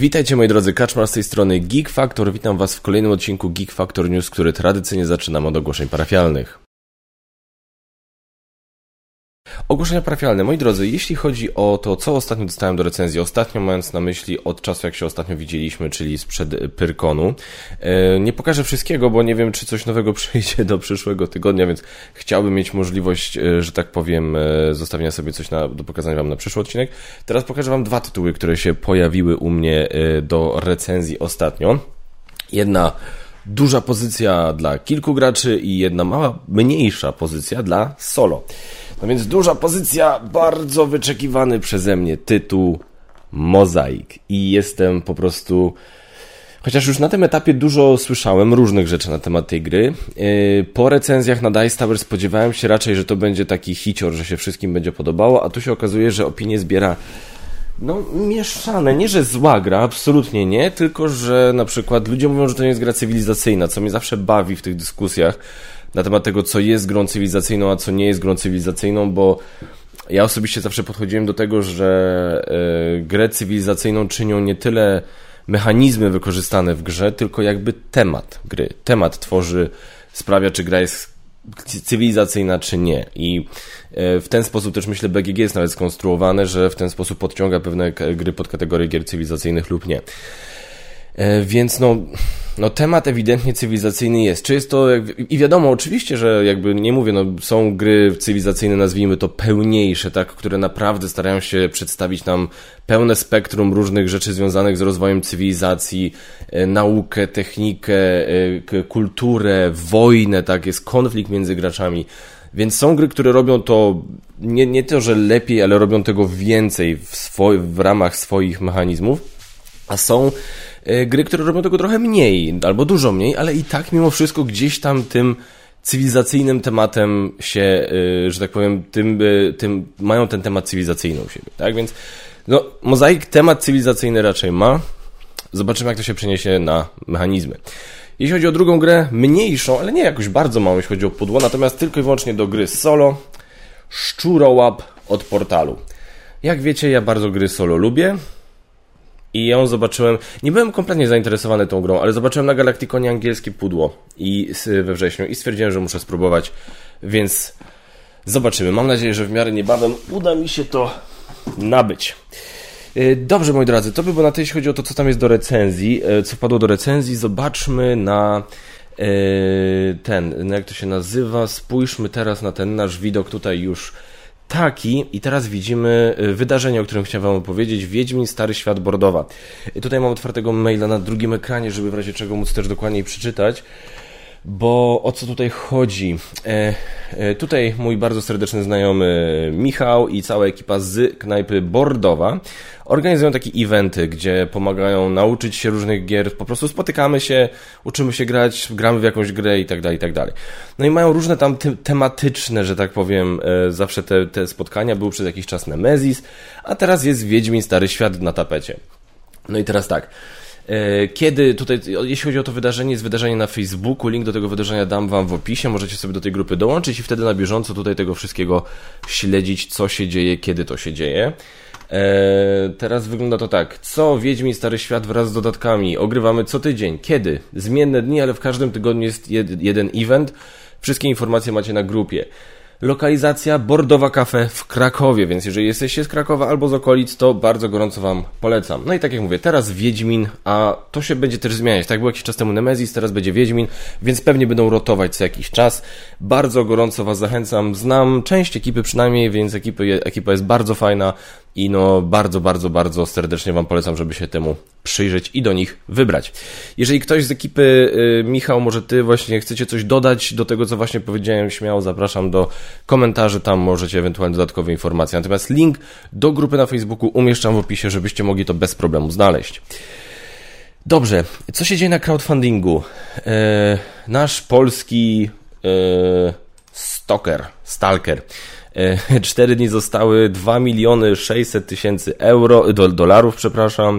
Witajcie moi drodzy, Kaczmar z tej strony Geek Factor. Witam was w kolejnym odcinku Geek Factor News, który tradycyjnie zaczynamy od ogłoszeń parafialnych. Ogłoszenia parafialne. Moi drodzy, jeśli chodzi o to, co ostatnio dostałem do recenzji, ostatnio mając na myśli od czasu, jak się ostatnio widzieliśmy, czyli sprzed Pyrkonu, nie pokażę wszystkiego, bo nie wiem, czy coś nowego przyjdzie do przyszłego tygodnia, więc chciałbym mieć możliwość, że tak powiem, zostawienia sobie coś do pokazania wam na przyszły odcinek. Teraz pokażę wam dwa tytuły, które się pojawiły u mnie do recenzji ostatnio. Jedna duża pozycja dla kilku graczy i jedna mała, mniejsza pozycja dla solo. No więc duża pozycja, bardzo wyczekiwany przeze mnie tytuł Mosaic i jestem po prostu, chociaż już na tym etapie dużo słyszałem różnych rzeczy na temat tej gry, po recenzjach na Dice Tower spodziewałem się raczej, że to będzie taki hicior, że się wszystkim będzie podobało, a tu się okazuje, że opinie zbiera mieszane, nie że zła gra, absolutnie nie, tylko że na przykład ludzie mówią, że to nie jest gra cywilizacyjna, co mnie zawsze bawi w tych dyskusjach na temat tego, co jest grą cywilizacyjną, a co nie jest grą cywilizacyjną, bo ja osobiście zawsze podchodziłem do tego, że grę cywilizacyjną czynią nie tyle mechanizmy wykorzystane w grze, tylko jakby temat gry. Temat sprawia, czy gra jest cywilizacyjna, czy nie. I w ten sposób też myślę BGG jest nawet skonstruowane, że w ten sposób podciąga pewne gry pod kategorię gier cywilizacyjnych lub nie. Więc temat ewidentnie cywilizacyjny jest. Czy jest to, i wiadomo oczywiście, że jakby nie mówię, są gry cywilizacyjne, nazwijmy to pełniejsze, tak, które naprawdę starają się przedstawić nam pełne spektrum różnych rzeczy związanych z rozwojem cywilizacji, naukę, technikę, kulturę, wojnę, tak, jest konflikt między graczami. Więc są gry, które robią to nie to, że lepiej, ale robią tego więcej w ramach swoich mechanizmów, a są gry, które robią tego trochę mniej, albo dużo mniej, ale i tak mimo wszystko gdzieś tam tym cywilizacyjnym tematem się, że tak powiem, tym mają ten temat cywilizacyjny u siebie, tak? Więc Mosaic temat cywilizacyjny raczej ma. Zobaczymy, jak to się przeniesie na mechanizmy. Jeśli chodzi o drugą grę, mniejszą, ale nie jakoś bardzo małą, jeśli chodzi o pudło, natomiast tylko i wyłącznie do gry solo, Szczurołap od Portalu. Jak wiecie, ja bardzo gry solo lubię. I ją zobaczyłem, nie byłem kompletnie zainteresowany tą grą, ale zobaczyłem na Galacticonie angielskie pudło we wrześniu i stwierdziłem, że muszę spróbować, więc zobaczymy. Mam nadzieję, że w miarę niebawem uda mi się to nabyć. Dobrze, moi drodzy, to by było na tyle, jeśli chodzi o to, co tam jest do recenzji, co wpadło do recenzji. Zobaczmy na jak to się nazywa, spójrzmy teraz na ten nasz widok tutaj już taki i teraz widzimy wydarzenie, o którym chciałem wam opowiedzieć. Wiedźmin Stary Świat Bordowa. Tutaj mam otwartego maila na drugim ekranie, żeby w razie czego móc też dokładniej przeczytać, bo o co tutaj chodzi? Tutaj mój bardzo serdeczny znajomy Michał i cała ekipa z knajpy Bordowa organizują takie eventy, gdzie pomagają nauczyć się różnych gier, po prostu spotykamy się, uczymy się grać, gramy w jakąś grę i tak dalej, i tak dalej. No i mają różne tam tematyczne, że tak powiem, zawsze te spotkania, były przez jakiś czas Nemesis, a teraz jest Wiedźmin Stary Świat na tapecie. No i teraz tak, kiedy tutaj, jeśli chodzi o to wydarzenie, jest wydarzenie na Facebooku, link do tego wydarzenia dam wam w opisie, możecie sobie do tej grupy dołączyć i wtedy na bieżąco tutaj tego wszystkiego śledzić, co się dzieje, kiedy to się dzieje. Teraz wygląda to tak, co Wiedźmin Stary Świat wraz z dodatkami, ogrywamy co tydzień, kiedy? Zmienne dni, ale w każdym tygodniu jest jeden event, wszystkie informacje macie na grupie. Lokalizacja Bordowa Cafe w Krakowie, więc jeżeli jesteście z Krakowa albo z okolic, to bardzo gorąco wam polecam. No i tak jak mówię, teraz Wiedźmin, a to się będzie też zmieniać. Tak było jakiś czas temu Nemesis, teraz będzie Wiedźmin, więc pewnie będą rotować co jakiś czas. Bardzo gorąco was zachęcam. Znam część ekipy przynajmniej, więc ekipa jest bardzo fajna i bardzo, bardzo, bardzo serdecznie wam polecam, żeby się temu przyjrzeć i do nich wybrać. Jeżeli ktoś z ekipy, Michał, może ty właśnie chcecie coś dodać do tego, co właśnie powiedziałem, śmiało zapraszam do komentarzy, tam możecie ewentualnie dodatkowe informacje. Natomiast link do grupy na Facebooku umieszczam w opisie, żebyście mogli to bez problemu znaleźć. Dobrze, co się dzieje na crowdfundingu? Nasz polski stalker. 4 dni zostały 2 600 000 dolarów, przepraszam.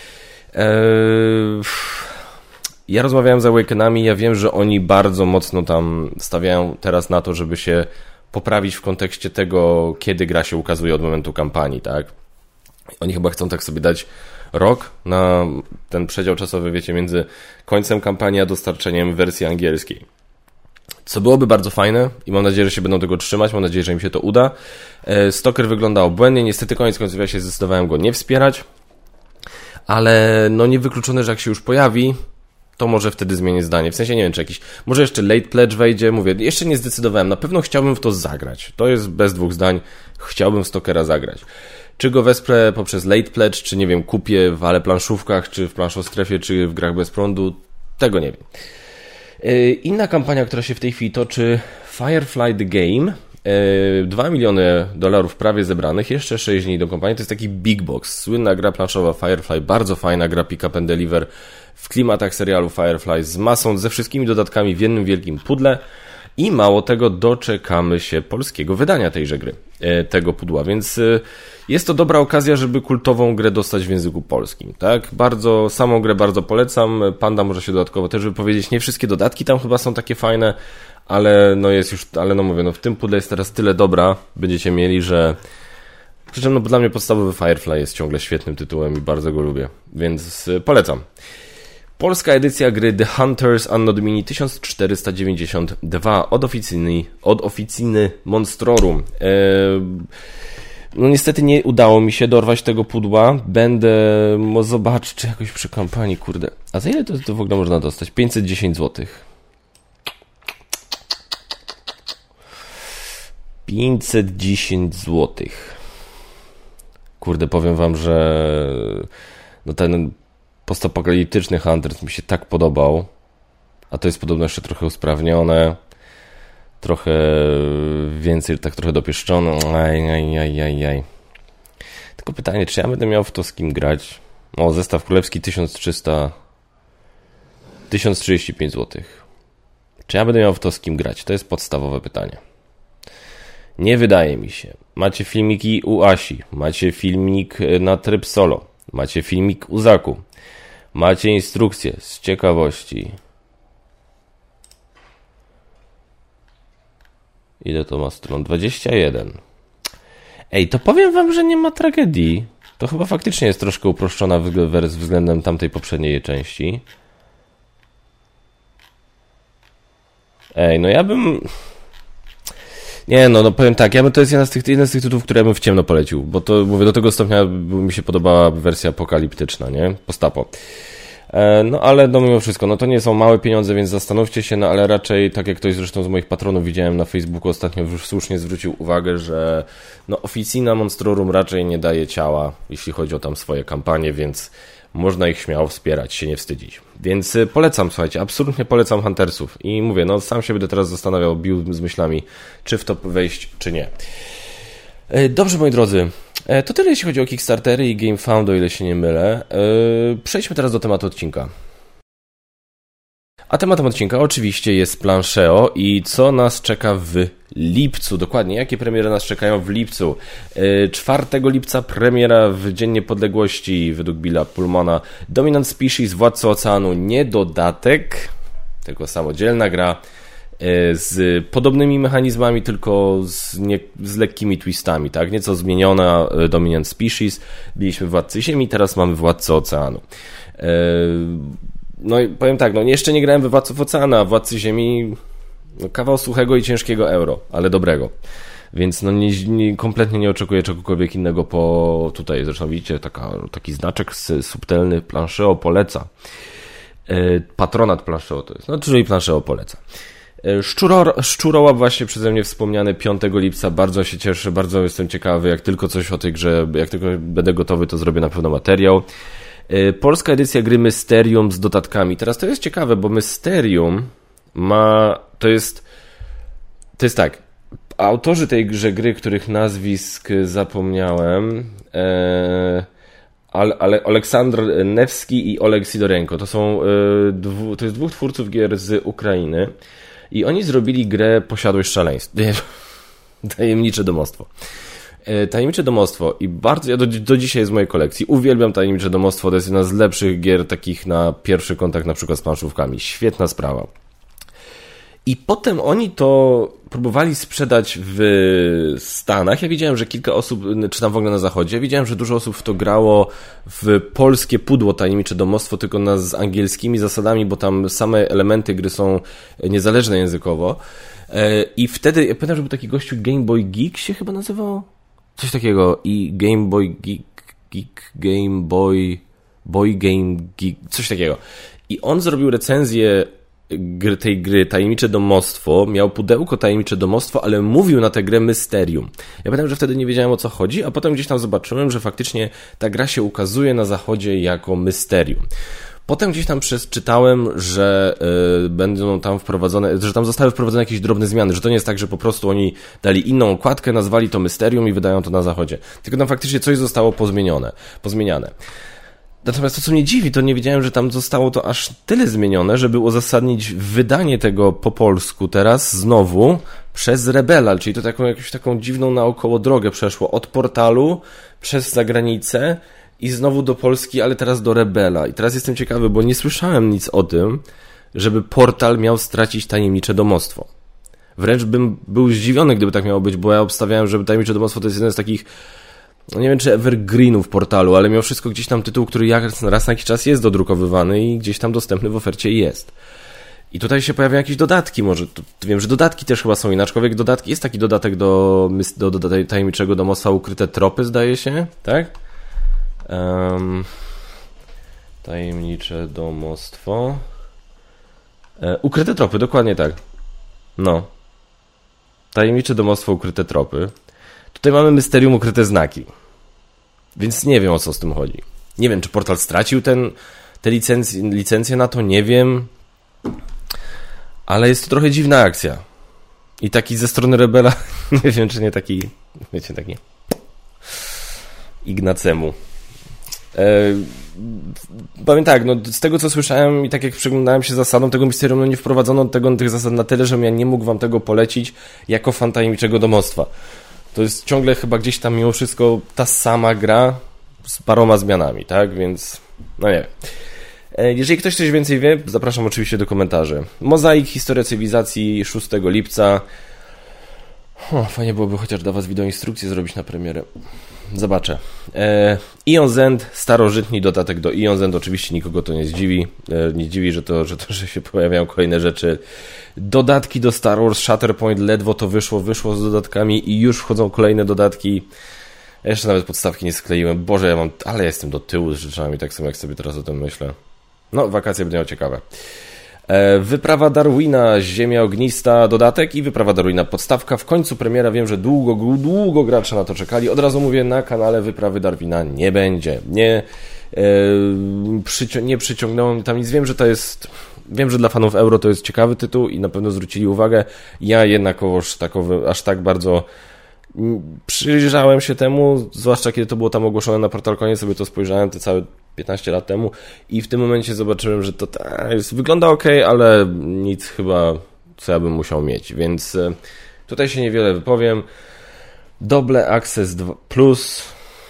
Ja rozmawiałem z Awakenami, ja wiem, że oni bardzo mocno tam stawiają teraz na to, żeby się poprawić w kontekście tego, kiedy gra się ukazuje od momentu kampanii, tak? Oni chyba chcą tak sobie dać rok na ten przedział czasowy, wiecie, między końcem kampanii a dostarczeniem wersji angielskiej. Co byłoby bardzo fajne i mam nadzieję, że się będą tego trzymać, mam nadzieję, że im się to uda. Stalker wygląda obłędnie, niestety koniec końców ja się zdecydowałem go nie wspierać, ale no niewykluczone, że jak się już pojawi, to może wtedy zmienię zdanie. W sensie nie wiem, czy jakiś, może jeszcze late pledge wejdzie, mówię, jeszcze nie zdecydowałem, na pewno chciałbym w to zagrać. To jest bez dwóch zdań, chciałbym w Stalkera zagrać. Czy go wesprę poprzez late pledge, czy nie wiem, kupię w ale planszówkach, czy w planszostrefie, czy w grach bez prądu, tego nie wiem. Inna kampania, która się w tej chwili toczy, Firefly The Game, $2 miliony prawie zebranych, jeszcze 6 dni do kampanii, to jest taki big box, słynna gra planszowa Firefly, bardzo fajna gra pick up and deliver w klimatach serialu Firefly z masą, ze wszystkimi dodatkami w jednym wielkim pudle i mało tego, doczekamy się polskiego wydania tejże gry, tego pudła, więc jest to dobra okazja, żeby kultową grę dostać w języku polskim, tak? Samą grę bardzo polecam, Panda może się dodatkowo też wypowiedzieć, nie wszystkie dodatki tam chyba są takie fajne, ale mówię, w tym pudle jest teraz tyle dobra, będziecie mieli, że przy czym dla mnie podstawowy Firefly jest ciągle świetnym tytułem i bardzo go lubię, więc polecam. Polska edycja gry The Hunters Anno Domini 1492 od oficiny Monstrorum. No niestety nie udało mi się dorwać tego pudła. Będę zobaczyć, czy jakoś przy kampanii, kurde. A za ile to w ogóle można dostać? 510 zł. 510 zł. Kurde, powiem wam, że no ten postapokaliptyczny Hunters mi się tak podobał, a to jest podobno jeszcze trochę usprawnione, trochę więcej, tak trochę dopieszczone. Ajajajajaj. Tylko pytanie, czy ja będę miał w to z kim grać? O, zestaw królewski 1035 zł. Czy ja będę miał w to z kim grać? To jest podstawowe pytanie. Nie wydaje mi się. Macie filmiki u Asi, macie filmik na tryb solo, macie filmik u Zaku, macie instrukcję z ciekawości. Ile to ma stron? 21. Ej, to powiem wam, że nie ma tragedii. To chyba faktycznie jest troszkę uproszczona względem tamtej poprzedniej części. Ej, no ja bym... Nie, no powiem tak, to jest jeden z tych tytułów, które ja bym w ciemno polecił, bo to, mówię, do tego stopnia mi się podobała wersja apokaliptyczna, nie? Postapo. No ale no mimo wszystko, no to nie są małe pieniądze, więc zastanówcie się, no ale raczej, tak jak ktoś zresztą z moich patronów widziałem na Facebooku ostatnio, już słusznie zwrócił uwagę, że no oficina Monstrorum raczej nie daje ciała, jeśli chodzi o tam swoje kampanie, więc można ich śmiało wspierać, się nie wstydzić. Więc polecam, słuchajcie, absolutnie polecam Huntersów i mówię, no sam się będę teraz zastanawiał, bił z myślami, czy w to wejść, czy nie. Dobrze, moi drodzy, to tyle jeśli chodzi o Kickstartery i GameFound, o ile się nie mylę. Przejdźmy teraz do tematu odcinka. A tematem odcinka oczywiście jest Planszeo i co nas czeka w lipcu. Dokładnie, jakie premiery nas czekają w lipcu. 4 lipca premiera w Dzień Niepodległości według Billa Pullmana. Dominant Species, Władco Oceanu, nie dodatek, tylko samodzielna gra z podobnymi mechanizmami, tylko z lekkimi twistami, tak? Nieco zmieniona Dominant Species. Byliśmy w Władcy Ziemi, teraz mamy Władcę Oceanu. No i powiem tak, no jeszcze nie grałem we Władców Oceanu, a Władcy Ziemi no, kawał suchego i ciężkiego euro, ale dobrego. Więc no kompletnie nie oczekuję czegokolwiek innego po tutaj. Zresztą widzicie, taki znaczek subtelny, Planszeo poleca. Patronat Planszeo to jest, no czyli Planszeo poleca. Szczurołap właśnie przeze mnie wspomniany 5 lipca, bardzo się cieszę, bardzo jestem ciekawy, jak tylko coś o tej grze, jak tylko będę gotowy, to zrobię na pewno materiał. Polska edycja gry Mysterium z dodatkami. Teraz to jest ciekawe, bo Mysterium to jest tak, autorzy tej gry, których nazwisk zapomniałem, ale Aleksandr Newski i Oleg Sidorenko, to jest dwóch twórców gier z Ukrainy i oni zrobili grę Posiadłość szaleństw. Tajemnicze domostwo. Tajemnicze domostwo i bardzo, ja do dzisiaj jest w mojej kolekcji. Uwielbiam Tajemnicze domostwo, to jest jedna z lepszych gier takich na pierwszy kontakt na przykład z planszówkami. Świetna sprawa. I potem oni to próbowali sprzedać w Stanach. Ja widziałem, że kilka osób, czy tam w ogóle na zachodzie, widziałem, że dużo osób w to grało w polskie pudło tajemnicze domostwo, tylko z angielskimi zasadami, bo tam same elementy gry są niezależne językowo. I wtedy, ja pamiętam, że był taki gościu Game Boy Geek się chyba nazywał? Coś takiego. I Game Boy Geek, Game Boy Game Geek, coś takiego. I on zrobił recenzję tej gry Tajemnicze Domostwo, miał pudełko Tajemnicze Domostwo, ale mówił na tę grę Mysterium. Ja pamiętam, że wtedy nie wiedziałem, o co chodzi, a potem gdzieś tam zobaczyłem, że faktycznie ta gra się ukazuje na zachodzie jako Mysterium. Potem gdzieś tam czytałem, że będą tam wprowadzone, że tam zostały wprowadzone jakieś drobne zmiany, że to nie jest tak, że po prostu oni dali inną okładkę, nazwali to Mysterium i wydają to na zachodzie. Tylko tam faktycznie coś zostało pozmieniane. Natomiast to, co mnie dziwi, to nie wiedziałem, że tam zostało to aż tyle zmienione, żeby uzasadnić wydanie tego po polsku teraz znowu przez Rebela, czyli to jakąś taką dziwną naokoło drogę przeszło od Portalu przez zagranicę i znowu do Polski, ale teraz do Rebela. I teraz jestem ciekawy, bo nie słyszałem nic o tym, żeby Portal miał stracić Tajemnicze Domostwo. Wręcz bym był zdziwiony, gdyby tak miało być, bo ja obstawiałem, że Tajemnicze Domostwo to jest jeden z takich, no nie wiem czy evergreenów Portalu, ale mimo wszystko gdzieś tam tytuł, który raz na jakiś czas jest dodrukowywany i gdzieś tam dostępny w ofercie jest. I tutaj się pojawiają jakieś dodatki, może wiem, że dodatki też chyba są inaczej, dodatki, jest taki dodatek do Tajemniczego Domostwa, Ukryte Tropy, zdaje się, tak? Tajemnicze Domostwo, Ukryte Tropy, dokładnie tak. No. Tajemnicze Domostwo, Ukryte Tropy. Tutaj mamy Mysterium, Ukryte Znaki. Więc nie wiem, o co z tym chodzi. Nie wiem, czy Portal stracił te licencje na to, nie wiem. Ale jest to trochę dziwna akcja. I taki ze strony Rebela, nie wiem, czy nie taki, wiecie, taki Ignacemu. Powiem tak, no z tego co słyszałem i tak jak przyglądałem się zasadom tego Mysterium, no nie wprowadzono tych zasad na tyle, że ja nie mógł wam tego polecić jako fan Tajemniczego Domostwa. To jest ciągle chyba gdzieś tam mimo wszystko ta sama gra z paroma zmianami, tak? Więc, no nie. Jeżeli ktoś coś więcej wie, zapraszam oczywiście do komentarzy. Mozaik, Historia Cywilizacji 6 lipca. Fajnie byłoby chociaż dla was wideoinstrukcję zrobić na premierę. Zobaczę. Ion Zend, starożytni dodatek do Ion Zend. Oczywiście nikogo to nie zdziwi. Nie dziwi, że się pojawiają kolejne rzeczy. Dodatki do Star Wars Shatterpoint, ledwo to wyszło z dodatkami i już wchodzą kolejne dodatki. Ja jeszcze nawet podstawki nie skleiłem. Boże, ale jestem do tyłu z rzeczami, tak samo jak sobie teraz o tym myślę. No, wakacje będą ciekawe. Wyprawa Darwina, Ziemia Ognista, dodatek i Wyprawa Darwina, podstawka. W końcu premiera, wiem, że długo gracze na to czekali. Od razu mówię, na kanale Wyprawy Darwina nie będzie. Nie przyciągnąłem tam nic. Wiem, że dla fanów Euro to jest ciekawy tytuł i na pewno zwrócili uwagę. Ja jednakowoż aż tak bardzo przyjrzałem się temu, zwłaszcza kiedy to było tam ogłoszone na Portalconie, sobie to spojrzałem te całe 15 lat temu i w tym momencie zobaczyłem, że to wygląda ok, ale nic chyba, co ja bym musiał mieć, więc tutaj się niewiele wypowiem. Double Access 2 Plus.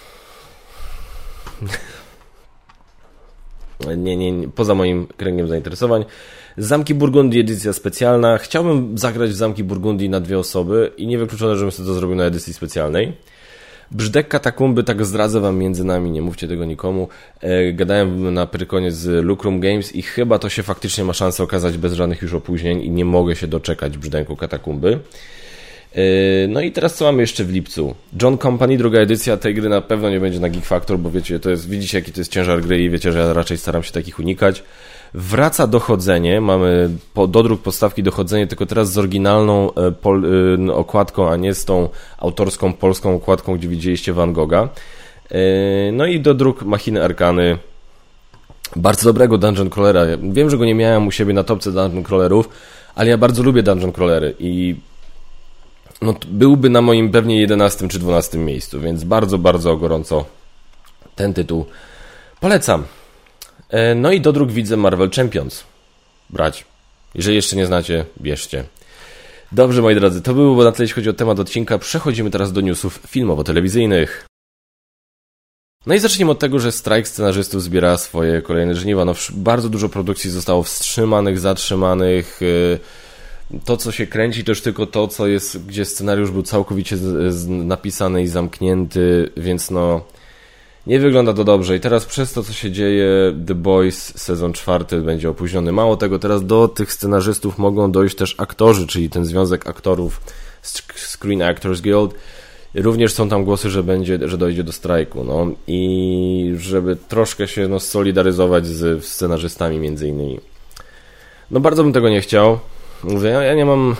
Nie, poza moim kręgiem zainteresowań. Zamki Burgundii, edycja specjalna. Chciałbym zagrać w Zamki Burgundii na 2 osoby i niewykluczone, żebym sobie to zrobił na edycji specjalnej. Brzdek Katakumby, tak zdradzę wam między nami, nie mówcie tego nikomu. Gadałem na Pyrkonie z Lucrum Games i chyba to się faktycznie ma szansę okazać bez żadnych już opóźnień i nie mogę się doczekać Brzdęku Katakumby. No i teraz co mamy jeszcze w lipcu? John Company, druga edycja tej gry na pewno nie będzie na Geek Factor, bo wiecie, widzicie jaki to jest ciężar gry i wiecie, że ja raczej staram się takich unikać. Wraca Dochodzenie, mamy dodruk podstawki Dochodzenie, tylko teraz z oryginalną okładką, a nie z tą autorską polską okładką, gdzie widzieliście Van Gogha. No i dodruk Machiny Arkany, bardzo dobrego dungeon crawlera. Wiem, że go nie miałem u siebie na topce dungeon crawlerów, ale ja bardzo lubię dungeon crawlery i no, byłby na moim pewnie 11 czy 12 miejscu, więc bardzo, bardzo gorąco ten tytuł polecam. No i dodruk widzę Marvel Champions. Brać. Jeżeli jeszcze nie znacie, bierzcie. Dobrze, moi drodzy, to było na tyle, jeśli chodzi o temat odcinka. Przechodzimy teraz do newsów filmowo-telewizyjnych. No i zacznijmy od tego, że strajk scenarzystów zbiera swoje kolejne żniwa. No, bardzo dużo produkcji zostało wstrzymanych, zatrzymanych. to, co się kręci, to już tylko to, co jest, gdzie scenariusz był całkowicie napisany i zamknięty, więc no nie wygląda to dobrze. I teraz przez to, co się dzieje, The Boys sezon 4 będzie opóźniony. Mało tego, teraz do tych scenarzystów mogą dojść też aktorzy, czyli ten związek aktorów Screen Actors Guild. Również są tam głosy, że dojdzie do strajku, no i żeby troszkę się solidaryzować z scenarzystami między innymi. No bardzo bym tego nie chciał. Mówię, ja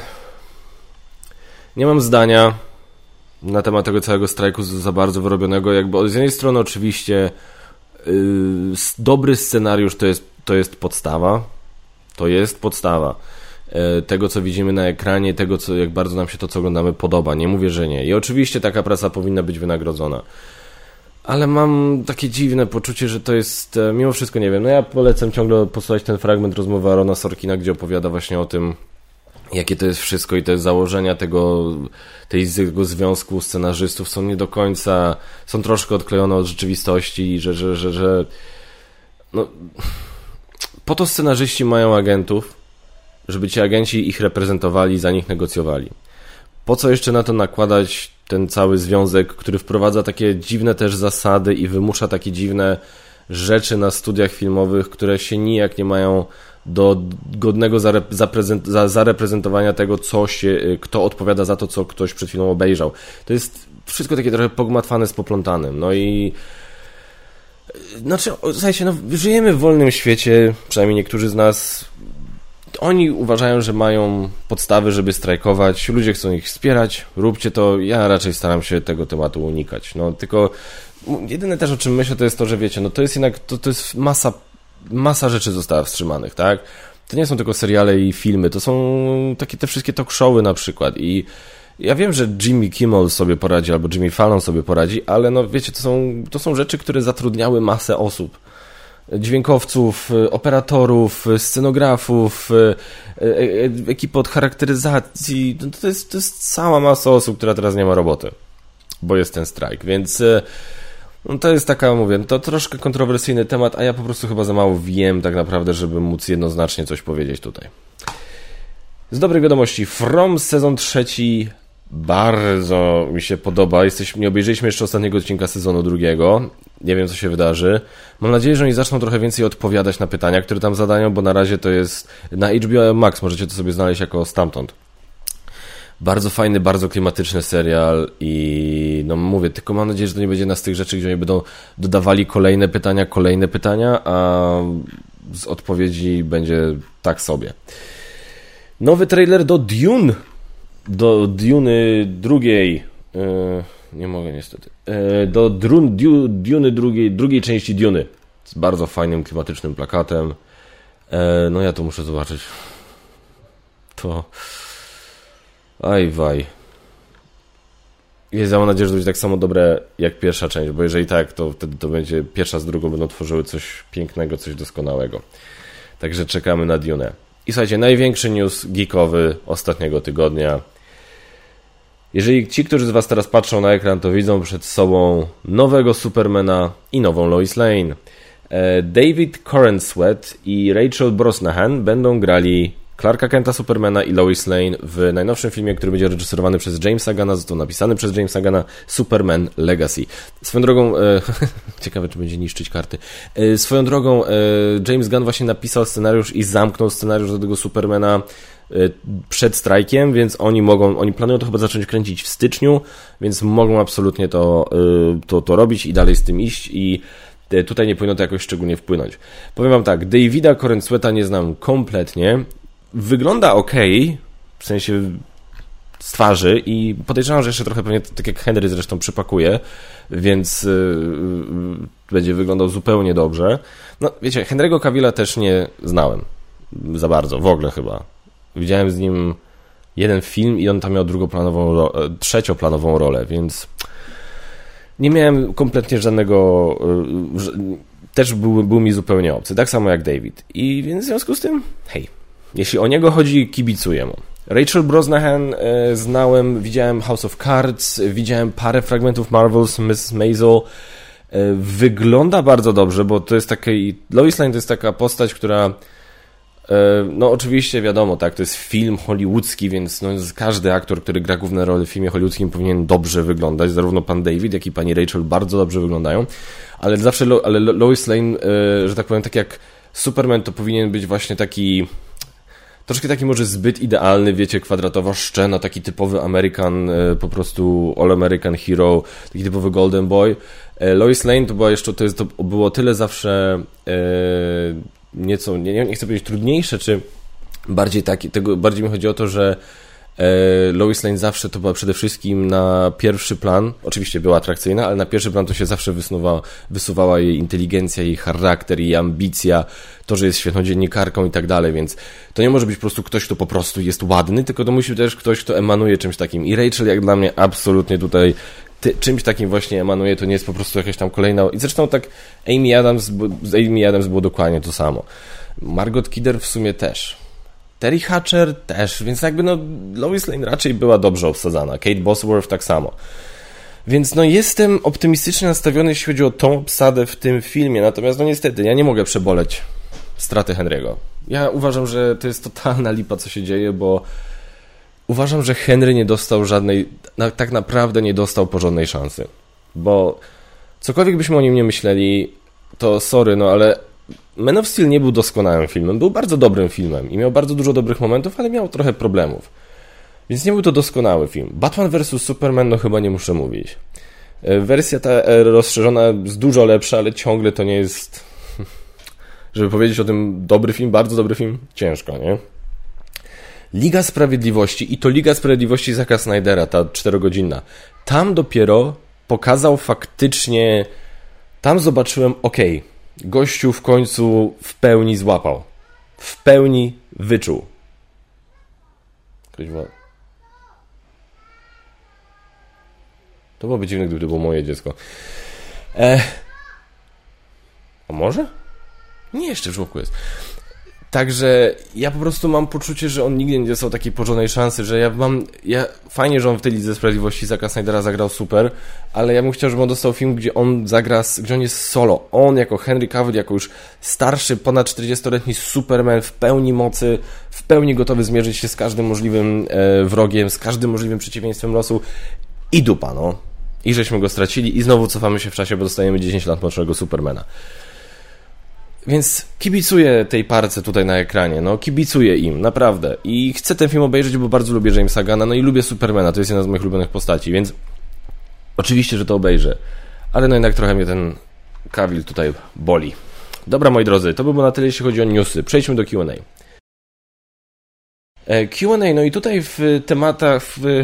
nie mam zdania na temat tego całego strajku za bardzo wyrobionego. Jakby z jednej strony oczywiście dobry scenariusz to jest podstawa. To jest podstawa tego, co widzimy na ekranie, tego, jak bardzo nam się to, co oglądamy, podoba. Nie mówię, że nie. I oczywiście taka praca powinna być wynagrodzona. Ale mam takie dziwne poczucie, że to jest, mimo wszystko nie wiem, no ja polecam ciągle posłuchać ten fragment rozmowy Arona Sorkina, gdzie opowiada właśnie o tym, jakie to jest wszystko i te założenia tego związku scenarzystów są nie do końca, są troszkę odklejone od rzeczywistości i że no, po to scenarzyści mają agentów, żeby ci agenci ich reprezentowali i za nich negocjowali. Po co jeszcze na to nakładać ten cały związek, który wprowadza takie dziwne też zasady i wymusza takie dziwne rzeczy na studiach filmowych, które się nijak nie mają do godnego zareprezentowania tego, kto odpowiada za to, co ktoś przed chwilą obejrzał. To jest wszystko takie trochę pogmatwane z poplątanym. No i znaczy, słuchajcie, no, żyjemy w wolnym świecie, przynajmniej niektórzy z nas. Oni uważają, że mają podstawy, żeby strajkować, ludzie chcą ich wspierać, róbcie to, ja raczej staram się tego tematu unikać. No tylko jedyne też, o czym myślę, to jest to, że wiecie, no to jest jednak, to jest masa rzeczy została wstrzymanych, tak? To nie są tylko seriale i filmy, to są takie te wszystkie talk showy na przykład i ja wiem, że Jimmy Kimmel sobie poradzi, albo Jimmy Fallon sobie poradzi, ale no wiecie, to są rzeczy, które zatrudniały masę osób. Dźwiękowców, operatorów, scenografów, ekipy od charakteryzacji. To jest cała masa osób, która teraz nie ma roboty, bo jest ten strajk, więc no to jest taka, mówię, to troszkę kontrowersyjny temat, a ja po prostu chyba za mało wiem tak naprawdę, żeby móc jednoznacznie coś powiedzieć tutaj. Z dobrych wiadomości, From sezon 3 bardzo mi się podoba. Nie obejrzeliśmy jeszcze ostatniego odcinka sezonu 2. Nie wiem, co się wydarzy. Mam nadzieję, że oni zaczną trochę więcej odpowiadać na pytania, które tam zadają, bo na razie to jest na HBO Max, możecie to sobie znaleźć jako stamtąd. Bardzo fajny, bardzo klimatyczny serial i no mówię, tylko mam nadzieję, że to nie będzie jedna z tych rzeczy, gdzie oni będą dodawali kolejne pytania, a z odpowiedzi będzie tak sobie. Nowy trailer do Dune. Do Duny drugiej. Nie mogę niestety. Do Duny drugiej części Duny. Z bardzo fajnym, klimatycznym plakatem. No ja to muszę zobaczyć. To... Waj. Ja mam nadzieję, że to będzie tak samo dobre jak pierwsza część, bo jeżeli tak, to wtedy to będzie pierwsza z drugą będą tworzyły coś pięknego, coś doskonałego. Także czekamy na Dune. I słuchajcie, największy news geekowy ostatniego tygodnia. Jeżeli ci, którzy z was teraz patrzą na ekran, to widzą przed sobą nowego Supermana i nową Lois Lane. David Corenswet i Rachel Brosnahan będą grali Clarka Kenta Supermana i Lois Lane w najnowszym filmie, który będzie reżyserowany przez Jamesa Gunna, został napisany przez Jamesa Gunna, Superman Legacy. Swoją drogą, ciekawe, czy będzie niszczyć karty. Swoją drogą, James Gunn właśnie napisał scenariusz i zamknął scenariusz do tego Supermana przed strajkiem, więc oni planują to chyba zacząć kręcić w styczniu, więc mogą absolutnie to robić i dalej z tym iść i tutaj nie powinno to jakoś szczególnie wpłynąć. Powiem wam tak, Davida Corensweta nie znam kompletnie. Wygląda okej, w sensie z twarzy i podejrzewam, że jeszcze trochę pewnie, tak jak Henry zresztą przypakuje, więc będzie wyglądał zupełnie dobrze. No wiecie, Henry'ego Cavilla też nie znałem za bardzo, w ogóle chyba. Widziałem z nim jeden film i on tam miał trzecioplanową rolę, więc nie miałem kompletnie żadnego... Też był mi zupełnie obcy, tak samo jak David. I więc w związku z tym, hej, jeśli o niego chodzi, kibicuję mu. Rachel Brosnahan znałem, widziałem House of Cards, widziałem parę fragmentów Marvel's Miss Maisel. Wygląda bardzo dobrze, bo to jest Lois Lane to jest taka postać, która No oczywiście wiadomo, tak, to jest film hollywoodzki, więc no, każdy aktor, który gra główne role w filmie hollywoodzkim powinien dobrze wyglądać, zarówno pan David, jak i pani Rachel bardzo dobrze wyglądają, ale zawsze Lois Lane, że tak powiem, tak jak Superman, to powinien być właśnie taki troszkę taki może zbyt idealny, wiecie, kwadratowa szczena, taki typowy American, po prostu All American Hero, taki typowy Golden Boy. Lois Lane to była jeszcze, to było tyle zawsze nieco, nie chcę powiedzieć trudniejsze, czy bardziej bardziej mi chodzi o to, że Lois Lane zawsze to była przede wszystkim na pierwszy plan, oczywiście była atrakcyjna, ale na pierwszy plan to się zawsze wysuwała jej inteligencja, jej charakter, jej ambicja, to, że jest świetną dziennikarką i tak dalej, więc to nie może być po prostu ktoś, kto po prostu jest ładny, tylko to musi być też ktoś, kto emanuje czymś takim. I Rachel jak dla mnie absolutnie tutaj czymś takim właśnie emanuje, to nie jest po prostu jakaś tam kolejna... I zresztą tak z Amy Adams było dokładnie to samo. Margot Kidder w sumie też. Terry Hatcher też, więc jakby no Lois Lane raczej była dobrze obsadzana. Kate Bosworth tak samo. Więc no jestem optymistycznie nastawiony, jeśli chodzi o tą obsadę w tym filmie, natomiast no niestety ja nie mogę przeboleć straty Henry'ego. Ja uważam, że to jest totalna lipa, co się dzieje, bo uważam, że Henry nie dostał tak naprawdę nie dostał porządnej szansy. Bo cokolwiek byśmy o nim nie myśleli, to sorry, no ale Man of Steel nie był doskonałym filmem, był bardzo dobrym filmem i miał bardzo dużo dobrych momentów, ale miał trochę problemów. Więc nie był to doskonały film. Batman vs Superman, no chyba nie muszę mówić. Wersja ta rozszerzona jest dużo lepsza, ale ciągle to nie jest... Żeby powiedzieć o tym dobry film, bardzo dobry film, ciężko, nie? Liga Sprawiedliwości, i to Liga Sprawiedliwości Zacka Snydera, ta 4-godzinna. Tam dopiero pokazał faktycznie... Tam zobaczyłem, gościu w końcu w pełni złapał. W pełni wyczuł. To byłoby dziwne, gdyby to było moje dziecko. A może? Nie, jeszcze w żłobku jest. Także ja po prostu mam poczucie, że on nigdy nie dostał takiej porządnej szansy, że fajnie, że on w tej Lidze Sprawiedliwości Zacka Snydera zagrał super, ale ja bym chciał, żeby on dostał film, gdzie on gdzie on jest solo. On jako Henry Cavill, jako już starszy, ponad 40-letni Superman w pełni mocy, w pełni gotowy zmierzyć się z każdym możliwym wrogiem, z każdym możliwym przeciwieństwem losu i dupa, no. I żeśmy go stracili i znowu cofamy się w czasie, bo dostajemy 10 lat młodszego Supermana. Więc kibicuję tej parce tutaj na ekranie, no kibicuję im, naprawdę. I chcę ten film obejrzeć, bo bardzo lubię Jamesa Gunna, no i lubię Supermana, to jest jedna z moich ulubionych postaci, więc oczywiście, że to obejrzę. Ale no jednak trochę mnie ten Cavill tutaj boli. Dobra, moi drodzy, to by było na tyle, jeśli chodzi o newsy. Przejdźmy do Q&A. Q&A, no i tutaj w tematach...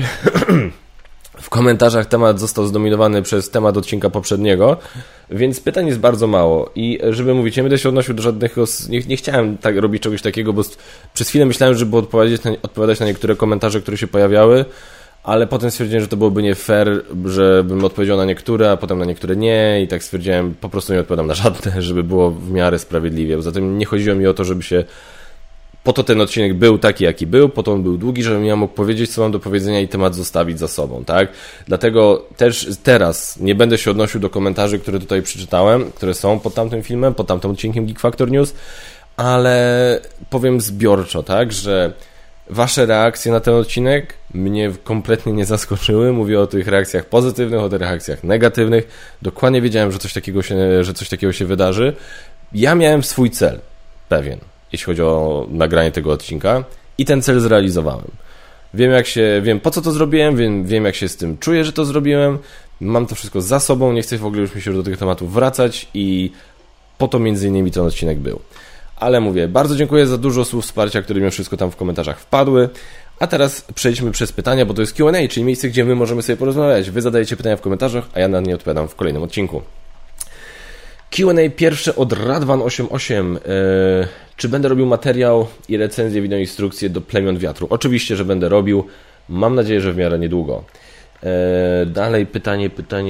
W komentarzach temat został zdominowany przez temat odcinka poprzedniego, więc pytań jest bardzo mało i żeby mówić, nie będę się odnosił do żadnych... Nie chciałem tak robić czegoś takiego, bo przez chwilę myślałem, żeby odpowiadać na niektóre komentarze, które się pojawiały, ale potem stwierdziłem, że to byłoby nie fair, żebym odpowiedział na niektóre, a potem na niektóre nie i tak stwierdziłem, po prostu nie odpowiadam na żadne, żeby było w miarę sprawiedliwie. Poza tym nie chodziło mi o to, żeby się... Po to ten odcinek był taki, jaki był, po to on był długi, żebym ja mógł powiedzieć, co mam do powiedzenia i temat zostawić za sobą, tak? Dlatego też teraz nie będę się odnosił do komentarzy, które tutaj przeczytałem, które są pod tamtym filmem, pod tamtym odcinkiem Geek Factor News, ale powiem zbiorczo, tak, że wasze reakcje na ten odcinek mnie kompletnie nie zaskoczyły. Mówię o tych reakcjach pozytywnych, o tych reakcjach negatywnych. Dokładnie wiedziałem, że coś takiego się wydarzy. Ja miałem swój cel, pewien, jeśli chodzi o nagranie tego odcinka i ten cel zrealizowałem. Wiem po co to zrobiłem, wiem jak się z tym czuję, że to zrobiłem, mam to wszystko za sobą, nie chcę w ogóle już mi się do tych tematów wracać i po to między innymi ten odcinek był. Ale mówię, bardzo dziękuję za dużo słów wsparcia, które mi wszystko tam w komentarzach wpadły, a teraz przejdźmy przez pytania, bo to jest Q&A, czyli miejsce, gdzie my możemy sobie porozmawiać. Wy zadajecie pytania w komentarzach, a ja na nie odpowiadam w kolejnym odcinku. Q&A pierwsze od Radwan88. Czy będę robił materiał i recenzję, wideoinstrukcję do Plemion Wiatru? Oczywiście, że będę robił. Mam nadzieję, że w miarę niedługo. Dalej pytanie.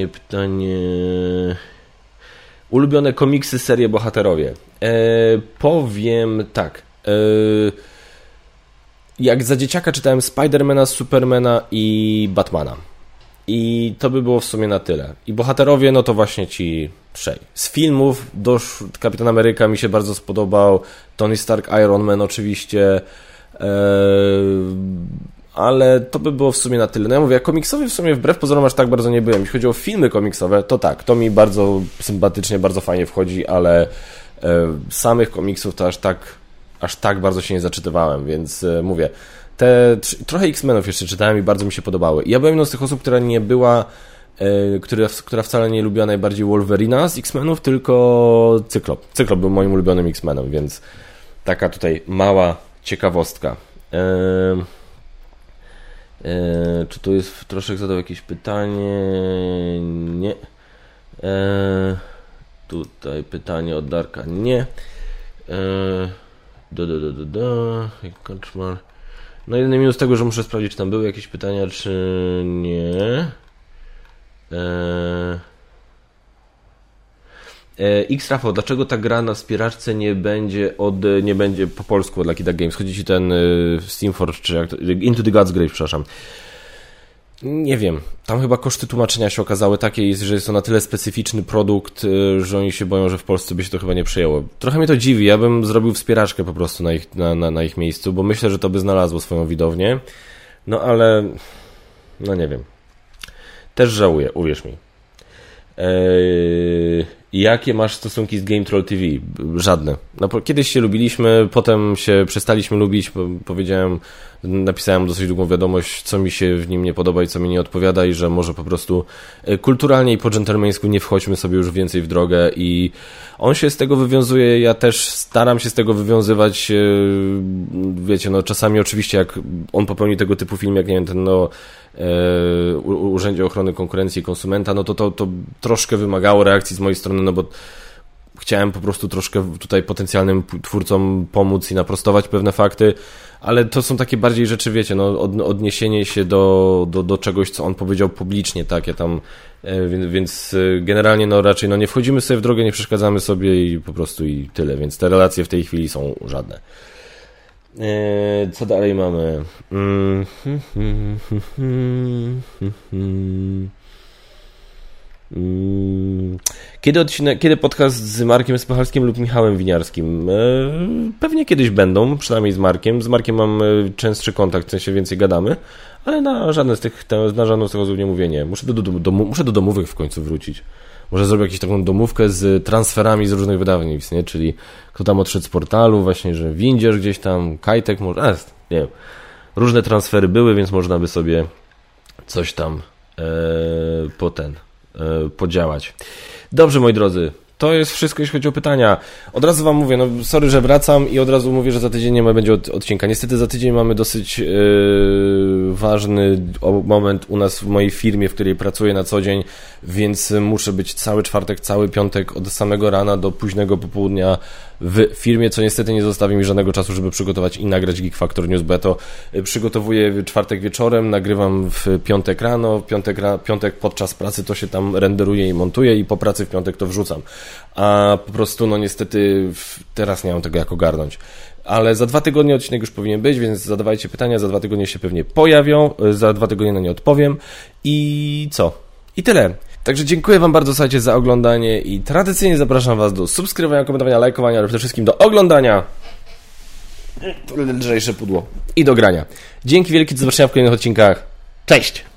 Ulubione komiksy, serie, bohaterowie. Powiem tak. Jak za dzieciaka czytałem Spidermana, Supermana i Batmana. I to by było w sumie na tyle. I bohaterowie, no to właśnie ci trzej. Z filmów Kapitan Ameryka mi się bardzo spodobał, Tony Stark, Iron Man oczywiście, ale to by było w sumie na tyle. No ja mówię, komiksowy w sumie wbrew pozorom aż tak bardzo nie byłem. Jeśli chodzi o filmy komiksowe, to tak, to mi bardzo sympatycznie, bardzo fajnie wchodzi, ale samych komiksów to aż tak bardzo się nie zaczytywałem, więc mówię, trochę X-Menów jeszcze czytałem i bardzo mi się podobały. I ja byłem jedną z tych osób, która nie była, która wcale nie lubiła najbardziej Wolverina z X-Menów, tylko Cyklop. Cyklop był moim ulubionym X-Menem, więc taka tutaj mała ciekawostka. Czy tu jest troszkę zadał jakieś pytanie? Nie. Tutaj pytanie od Darka. Nie. Kaczmar. No jedyny minus tego, że muszę sprawdzić, czy tam były jakieś pytania, czy nie. X-Rafał, dlaczego ta gra na wspieraczce nie będzie po polsku od Lucky Duck Games? Chodzi ci ten Steamforge, czy jak to, Into the Gods Grave, przepraszam. Nie wiem, tam chyba koszty tłumaczenia się okazały takie, że jest to na tyle specyficzny produkt, że oni się boją, że w Polsce by się to chyba nie przejęło. Trochę mnie to dziwi, ja bym zrobił wspieraczkę po prostu na ich miejscu, bo myślę, że to by znalazło swoją widownię, no ale no nie wiem. Też żałuję, uwierz mi. Jakie masz stosunki z Game Troll TV? Żadne. No, kiedyś się lubiliśmy, potem się przestaliśmy lubić, napisałem dosyć długą wiadomość, co mi się w nim nie podoba i co mi nie odpowiada i że może po prostu kulturalnie i po dżentelmeńsku nie wchodźmy sobie już więcej w drogę i on się z tego wywiązuje, ja też staram się z tego wywiązywać, wiecie, no czasami oczywiście jak on popełni tego typu film, jak nie wiem, ten Urzędzie Ochrony Konkurencji i Konsumenta, no to troszkę wymagało reakcji z mojej strony, no bo chciałem po prostu troszkę tutaj potencjalnym twórcom pomóc i naprostować pewne fakty, ale to są takie bardziej rzeczy, wiecie, no odniesienie się do czegoś, co on powiedział publicznie, tak, ja tam, więc generalnie no raczej no nie wchodzimy sobie w drogę, nie przeszkadzamy sobie i po prostu i tyle, więc te relacje w tej chwili są żadne. Co dalej mamy? Kiedy podcast z Markiem Spychalskim lub Michałem Winiarskim? Pewnie kiedyś będą, przynajmniej z Markiem. Z Markiem mam częstszy kontakt, w sensie więcej gadamy, ale na żadną z tych osób nie mówię nie. Muszę do domówek w końcu wrócić. Może zrobię jakąś taką domówkę z transferami z różnych wydawnictw, nie? Czyli kto tam odszedł z portalu, właśnie, że Windziarz gdzieś tam, Kajtek, może, nie wiem. Różne transfery były, więc można by sobie coś tam podziałać. Dobrze, moi drodzy, to jest wszystko, jeśli chodzi o pytania. Od razu wam mówię, no sorry, że wracam i od razu mówię, że za tydzień nie będzie odcinka. Niestety za tydzień mamy dosyć ważny moment u nas w mojej firmie, w której pracuję na co dzień, więc muszę być cały czwartek, cały piątek od samego rana do późnego popołudnia w firmie, co niestety nie zostawi mi żadnego czasu, żeby przygotować i nagrać Geek Factor News, bo ja to przygotowuję czwartek wieczorem, nagrywam w piątek rano, piątek podczas pracy to się tam renderuje i montuje i po pracy w piątek to wrzucam. A po prostu, no niestety teraz nie mam tego jak ogarnąć. Ale za 2 tygodnie odcinek już powinien być, więc zadawajcie pytania, za 2 tygodnie się pewnie pojawią, za 2 tygodnie na nie odpowiem i co? I tyle. Także dziękuję wam bardzo, słuchajcie, za oglądanie i tradycyjnie zapraszam was do subskrybowania, komentowania, lajkowania, ale przede wszystkim do oglądania. Lżejsze pudło. I do grania. Dzięki wielkie, do zobaczenia w kolejnych odcinkach. Cześć!